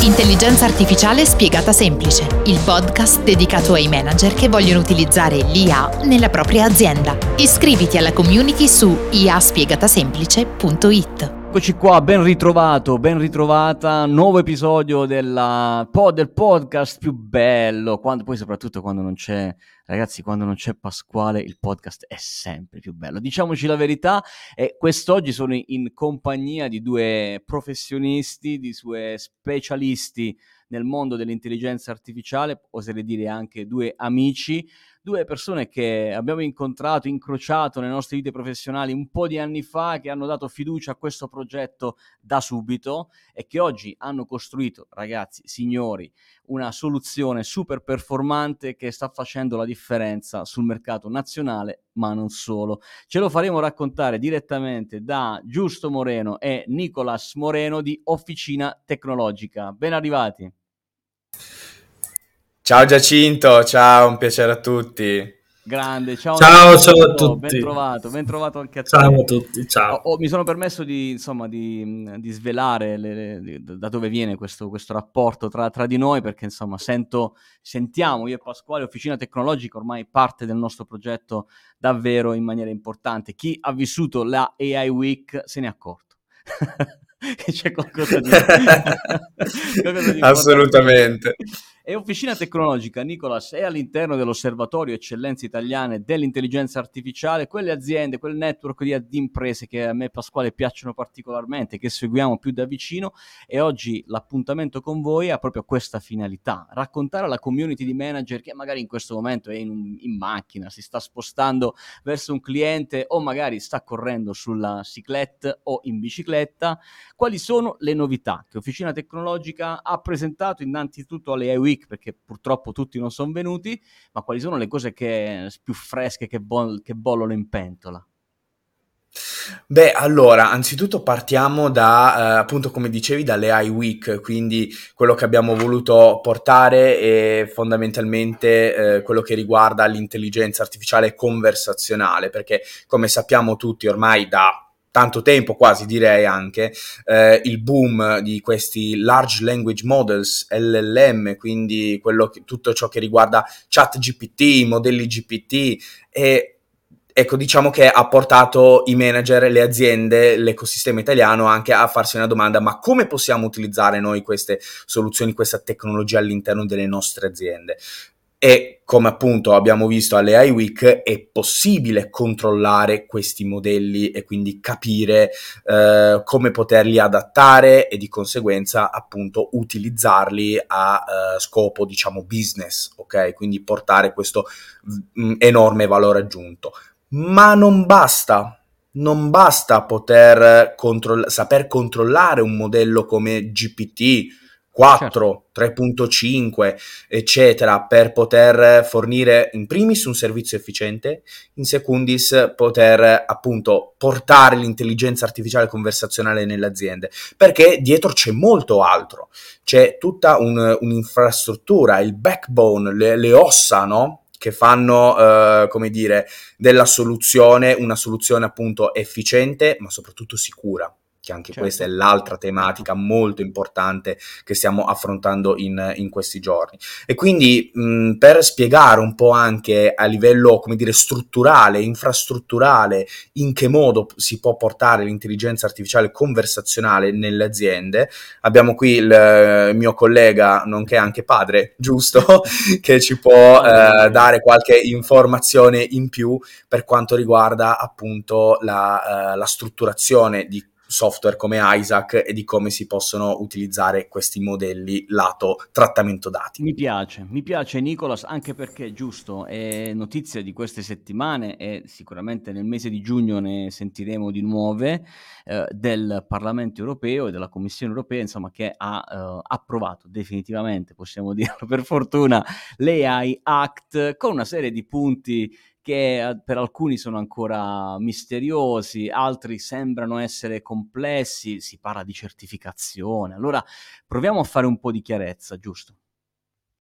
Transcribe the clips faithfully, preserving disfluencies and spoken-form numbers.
Intelligenza artificiale spiegata semplice, il podcast dedicato ai manager che vogliono utilizzare l'I A nella propria azienda. Iscriviti alla community su i a spiegata semplice punto it. Eccoci qua, ben ritrovato, ben ritrovata, nuovo episodio della pod, del podcast più bello, quando, poi soprattutto quando non c'è, ragazzi, quando non c'è Pasquale il podcast è sempre più bello, diciamoci la verità. E quest'oggi sono in compagnia di due professionisti, di due specialisti nel mondo dell'intelligenza artificiale, oserei dire anche due amici, due persone che abbiamo incontrato, incrociato nelle nostre vite professionali un po' di anni fa, che hanno dato fiducia a questo progetto da subito e che oggi hanno costruito, ragazzi, signori, una soluzione super performante che sta facendo la differenza sul mercato nazionale, ma non solo. Ce lo faremo raccontare direttamente da Giusto Moreno e Nicolas Moreno di Officina Tecnologica. Ben arrivati. Ciao Giacinto, ciao, un piacere a tutti. Grande, ciao Ciao, Nicolas, ciao a tutti. ben trovato, ben trovato anche a te. Ciao a tutti, ciao. Oh, oh, mi sono permesso di, insomma, di, di svelare le, le, di, da dove viene questo, questo rapporto tra, tra di noi, perché insomma sento, sentiamo, io e Pasquale, Officina Tecnologica, ormai parte del nostro progetto davvero in maniera importante. Chi ha vissuto la A I Week se ne è accorto. Che c'è qualcosa di, qualcosa di assolutamente. E Officina Tecnologica, Nicolas, è all'interno dell'Osservatorio Eccellenze Italiane dell'Intelligenza Artificiale, quelle aziende, quel network di, di imprese che a me e Pasquale piacciono particolarmente, che seguiamo più da vicino, e oggi l'appuntamento con voi ha proprio questa finalità: raccontare alla community di manager che magari in questo momento è in, in macchina, si sta spostando verso un cliente o magari sta correndo sulla cyclette o in bicicletta, quali sono le novità che Officina Tecnologica ha presentato innanzitutto alle A I Week, perché purtroppo tutti non sono venuti, ma quali sono le cose che più fresche che, bo- che bollono in pentola? Beh, allora, anzitutto partiamo da, eh, appunto, come dicevi, dalle A I Week, quindi quello che abbiamo voluto portare è fondamentalmente eh, quello che riguarda l'intelligenza artificiale conversazionale, perché come sappiamo tutti ormai da tanto tempo, quasi direi anche, eh, il boom di questi large language models, L L M, quindi quello che, tutto ciò che riguarda chat G P T, modelli G P T, e ecco, diciamo che ha portato i manager, le aziende, l'ecosistema italiano anche a farsi una domanda: ma come possiamo utilizzare noi queste soluzioni, questa tecnologia all'interno delle nostre aziende? E come appunto abbiamo visto alle A I Week, è possibile controllare questi modelli e quindi capire eh, come poterli adattare e di conseguenza appunto utilizzarli a eh, scopo, diciamo, business, ok? Quindi portare questo mh, enorme valore aggiunto. Ma non basta, non basta poter controll- saper controllare un modello come G P T quattro, tre punto cinque, eccetera, per poter fornire in primis un servizio efficiente, in secundis poter appunto portare l'intelligenza artificiale conversazionale nelle aziende, perché dietro c'è molto altro, c'è tutta un, un'infrastruttura, il backbone, le, le ossa, no? Che fanno, eh, come dire, della soluzione una soluzione appunto efficiente, ma soprattutto sicura, che anche Certo. questa è l'altra tematica molto importante che stiamo affrontando in, in questi giorni. E quindi mh, per spiegare un po' anche a livello, come dire, strutturale, infrastrutturale, in che modo si può portare l'intelligenza artificiale conversazionale nelle aziende, abbiamo qui il mio collega, nonché anche padre, giusto, che ci può eh, dare qualche informazione in più per quanto riguarda appunto la, uh, la strutturazione di software come Isaac e di come si possono utilizzare questi modelli lato trattamento dati. Mi piace, mi piace Nicolas, anche perché, giusto, è notizia di queste settimane e sicuramente nel mese di giugno ne sentiremo di nuove, eh, del Parlamento europeo e della Commissione europea, insomma, che ha eh, approvato definitivamente, possiamo dirlo per fortuna, l'A I Act, con una serie di punti che per alcuni sono ancora misteriosi, altri sembrano essere complessi, si parla di certificazione. Allora proviamo a fare un po' di chiarezza, giusto?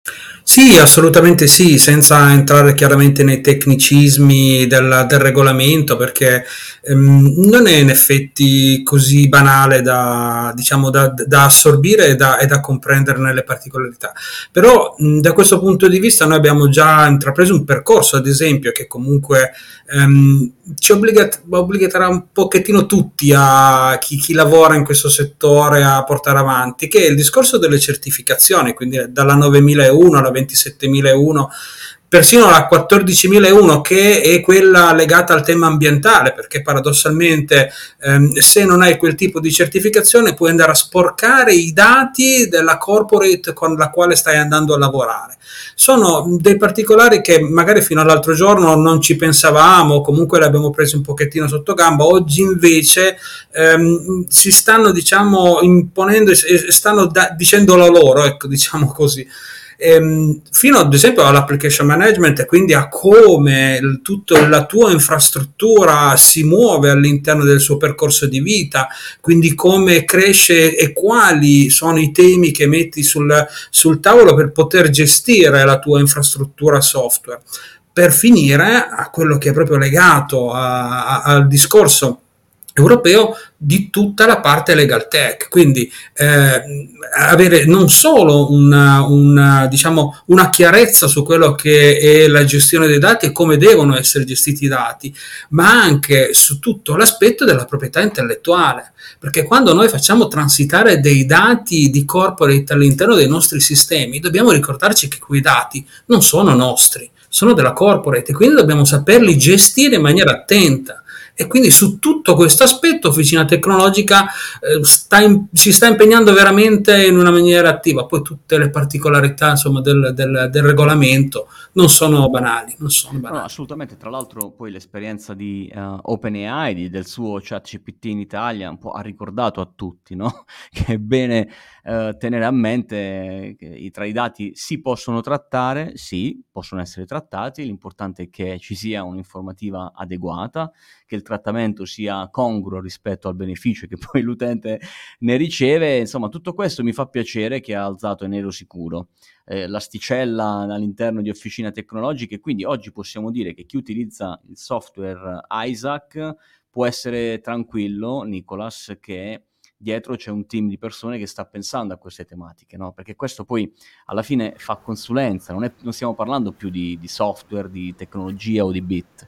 Sì, assolutamente sì, senza entrare chiaramente nei tecnicismi del, del regolamento, perché ehm, non è in effetti così banale da, diciamo, da, da assorbire e da, e da comprendere nelle particolarità. Però mh, da questo punto di vista noi abbiamo già intrapreso un percorso, ad esempio, che comunque ehm, ci obbliga- obbligherà un pochettino tutti a chi, chi lavora in questo settore a portare avanti, che è il discorso delle certificazioni, quindi dalla novemilauno alla ventisettemilauno, persino la quattordicimilauno, che è quella legata al tema ambientale, perché paradossalmente ehm, se non hai quel tipo di certificazione puoi andare a sporcare i dati della corporate con la quale stai andando a lavorare. Sono dei particolari che magari fino all'altro giorno non ci pensavamo, comunque li abbiamo presi un pochettino sotto gamba. Oggi invece ehm, si stanno, diciamo, imponendo e stanno da, dicendo la loro, ecco, diciamo così. Ehm, fino ad esempio all'application management, e quindi a come il, tutta la tua infrastruttura si muove all'interno del suo percorso di vita, quindi come cresce e quali sono i temi che metti sul, sul tavolo per poter gestire la tua infrastruttura software, per finire a quello che è proprio legato a, a, al discorso europeo di tutta la parte legal tech, quindi eh, avere non solo una, una, diciamo, una chiarezza su quello che è la gestione dei dati e come devono essere gestiti i dati, ma anche su tutto l'aspetto della proprietà intellettuale, perché quando noi facciamo transitare dei dati di corporate all'interno dei nostri sistemi, dobbiamo ricordarci che quei dati non sono nostri, sono della corporate, e quindi dobbiamo saperli gestire in maniera attenta. E quindi su tutto questo aspetto Officina Tecnologica eh, sta in, si sta impegnando veramente in una maniera attiva. Poi tutte le particolarità, insomma, del, del, del regolamento non sono banali, non sono No, no, banali. assolutamente. Tra l'altro poi l'esperienza di uh, OpenAI, di- del suo ChatGPT in Italia, un po' ha ricordato a tutti, no? Che è bene eh, tenere a mente che i- tra i dati si possono trattare, sì, possono essere trattati, l'importante è che ci sia un'informativa adeguata, che il trattamento sia congruo rispetto al beneficio che poi l'utente ne riceve. Insomma, tutto questo mi fa piacere che ha alzato Enero Sicuro eh, l'asticella all'interno di Officina Tecnologica, e quindi oggi possiamo dire che chi utilizza il software Isaac può essere tranquillo, Nicolas, che dietro c'è un team di persone che sta pensando a queste tematiche, no? Perché questo poi alla fine fa consulenza, non, è, non stiamo parlando più di, di software, di tecnologia o di bit.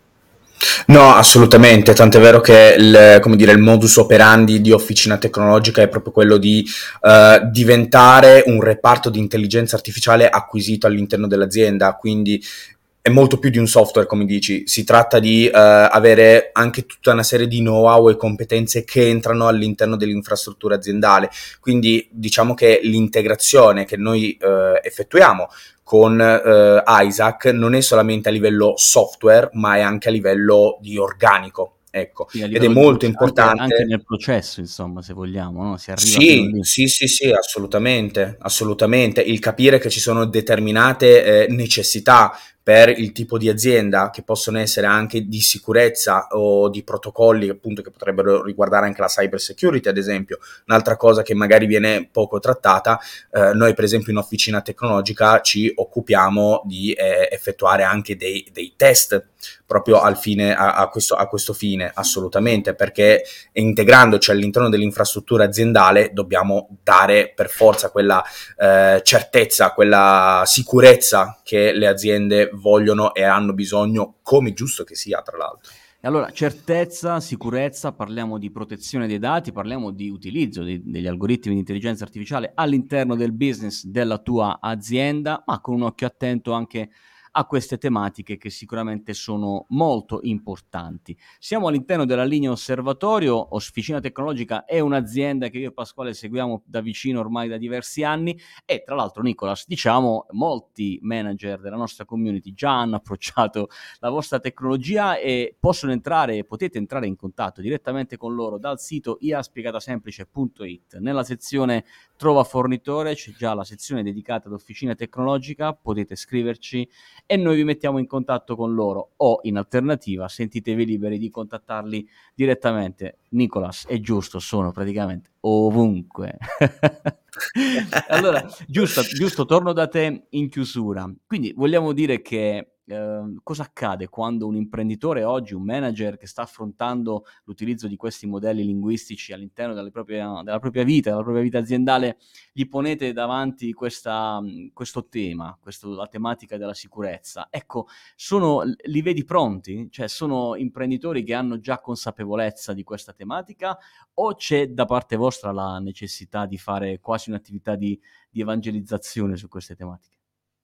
No, assolutamente, tant'è vero che il, come dire, il modus operandi di Officina Tecnologica è proprio quello di eh, diventare un reparto di intelligenza artificiale acquisito all'interno dell'azienda, quindi è molto più di un software, come dici, si tratta di eh, avere anche tutta una serie di know-how e competenze che entrano all'interno dell'infrastruttura aziendale, quindi diciamo che l'integrazione che noi eh, effettuiamo con eh, Isaac non è solamente a livello software, ma è anche a livello di organico, ecco, Sì, a ed è livello di molto proce- anche, anche importante. nel processo, insomma, se vogliamo, no? Si arriva fino Sì, lì. sì, sì, sì, assolutamente, assolutamente. Il capire che ci sono determinate eh, necessità per il tipo di azienda, che possono essere anche di sicurezza o di protocolli, appunto, che potrebbero riguardare anche la cyber security, ad esempio. Un'altra cosa che magari viene poco trattata, eh, noi per esempio in Officina Tecnologica ci occupiamo di eh, effettuare anche dei, dei test proprio al fine, a, a, questo, a questo fine, assolutamente, perché integrandoci all'interno dell'infrastruttura aziendale dobbiamo dare per forza quella eh, certezza, quella sicurezza che le aziende vogliono e hanno bisogno, come giusto che sia, tra l'altro. E allora, certezza, sicurezza, parliamo di protezione dei dati, parliamo di utilizzo di, degli algoritmi di intelligenza artificiale all'interno del business della tua azienda, ma con un occhio attento anche a queste tematiche che sicuramente sono molto importanti. Siamo all'interno della linea osservatorio. Officina Tecnologica è un'azienda che io e Pasquale seguiamo da vicino ormai da diversi anni, e tra l'altro, Nicolas, diciamo, molti manager della nostra community già hanno approcciato la vostra tecnologia e possono entrare, potete entrare in contatto direttamente con loro dal sito i a spiegata semplice punto it. Nella sezione Trova fornitore c'è già la sezione dedicata ad Officina Tecnologica, potete scriverci e noi vi mettiamo in contatto con loro, o in alternativa sentitevi liberi di contattarli direttamente. Nicolas, è giusto, sono praticamente ovunque. Allora, giusto, giusto, torno da te in chiusura. Quindi vogliamo dire che eh, cosa accade quando un imprenditore oggi, un manager che sta affrontando l'utilizzo di questi modelli linguistici all'interno della propria, della propria vita, della propria vita aziendale, gli ponete davanti questa, questo tema, questo, la tematica della sicurezza. Ecco, sono, li vedi pronti? Cioè sono imprenditori che hanno già consapevolezza di questa tematica o c'è da parte vostra la necessità di fare quasi un'attività di, di evangelizzazione su queste tematiche?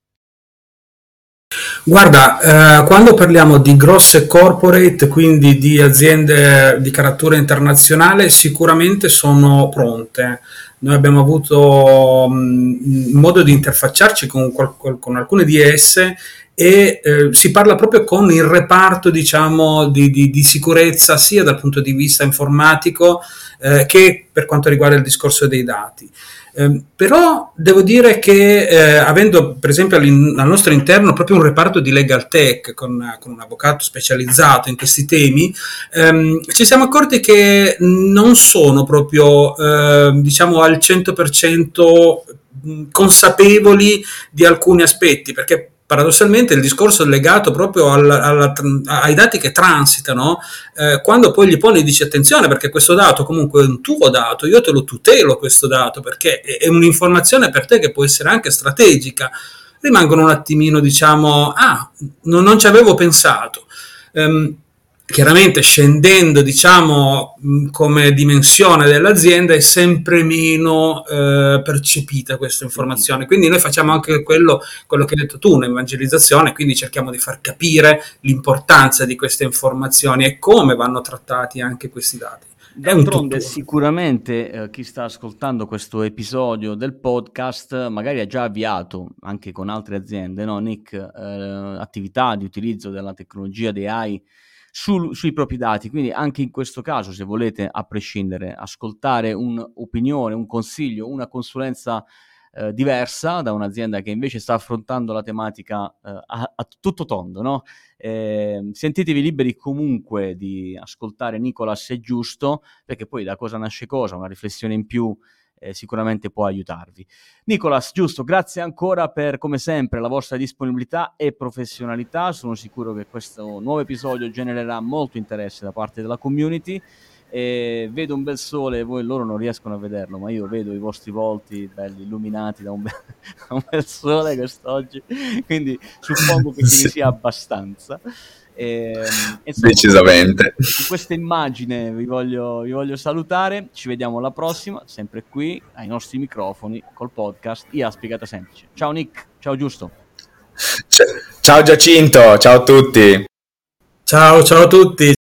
Guarda, eh, quando parliamo di grosse corporate, quindi di aziende di caratura internazionale, sicuramente sono pronte. Noi abbiamo avuto mh, modo di interfacciarci con, qual- con alcune di esse e eh, si parla proprio con il reparto, diciamo, di, di, di sicurezza sia dal punto di vista informatico eh, che per quanto riguarda il discorso dei dati. Eh, però devo dire che eh, avendo per esempio al nostro interno proprio un reparto di legal tech con, con un avvocato specializzato in questi temi, ehm, ci siamo accorti che non sono proprio eh, diciamo al cento per cento consapevoli di alcuni aspetti, perché paradossalmente il discorso è legato proprio alla, alla, ai dati che transitano, eh, quando poi gli poni e dici attenzione perché questo dato comunque è un tuo dato, io te lo tutelo questo dato perché è, è un'informazione per te che può essere anche strategica, rimangono un attimino diciamo ah non, non ci avevo pensato. Um, Chiaramente scendendo diciamo come dimensione dell'azienda è sempre meno eh, percepita questa informazione, quindi noi facciamo anche quello, quello che hai detto tu, un'evangelizzazione, quindi cerchiamo di far capire l'importanza di queste informazioni e come vanno trattati anche questi dati. D'altronde sicuramente eh, chi sta ascoltando questo episodio del podcast magari ha già avviato anche con altre aziende, no Nick, eh, attività di utilizzo della tecnologia di A I Su, sui propri dati, quindi anche in questo caso se volete a prescindere ascoltare un'opinione, un consiglio, una consulenza eh, diversa da un'azienda che invece sta affrontando la tematica eh, a, a tutto tondo, no? Eh, sentitevi liberi comunque di ascoltare Nicolas è giusto, perché poi da cosa nasce cosa, una riflessione in più Eh, sicuramente può aiutarvi. Nicolas, giusto, grazie ancora per come sempre la vostra disponibilità e professionalità, sono sicuro che questo nuovo episodio genererà molto interesse da parte della community. E vedo un bel sole, voi loro non riescono a vederlo, ma io vedo i vostri volti belli illuminati da un bel, da un bel sole quest'oggi, quindi suppongo che ce ne sia abbastanza. E, insomma, decisamente. Con questa immagine vi voglio, vi voglio salutare, ci vediamo alla prossima, sempre qui ai nostri microfoni col podcast I A Spiegata Semplice. Ciao Nick, ciao Giusto. Ciao Giacinto, ciao a tutti. Ciao, ciao a tutti.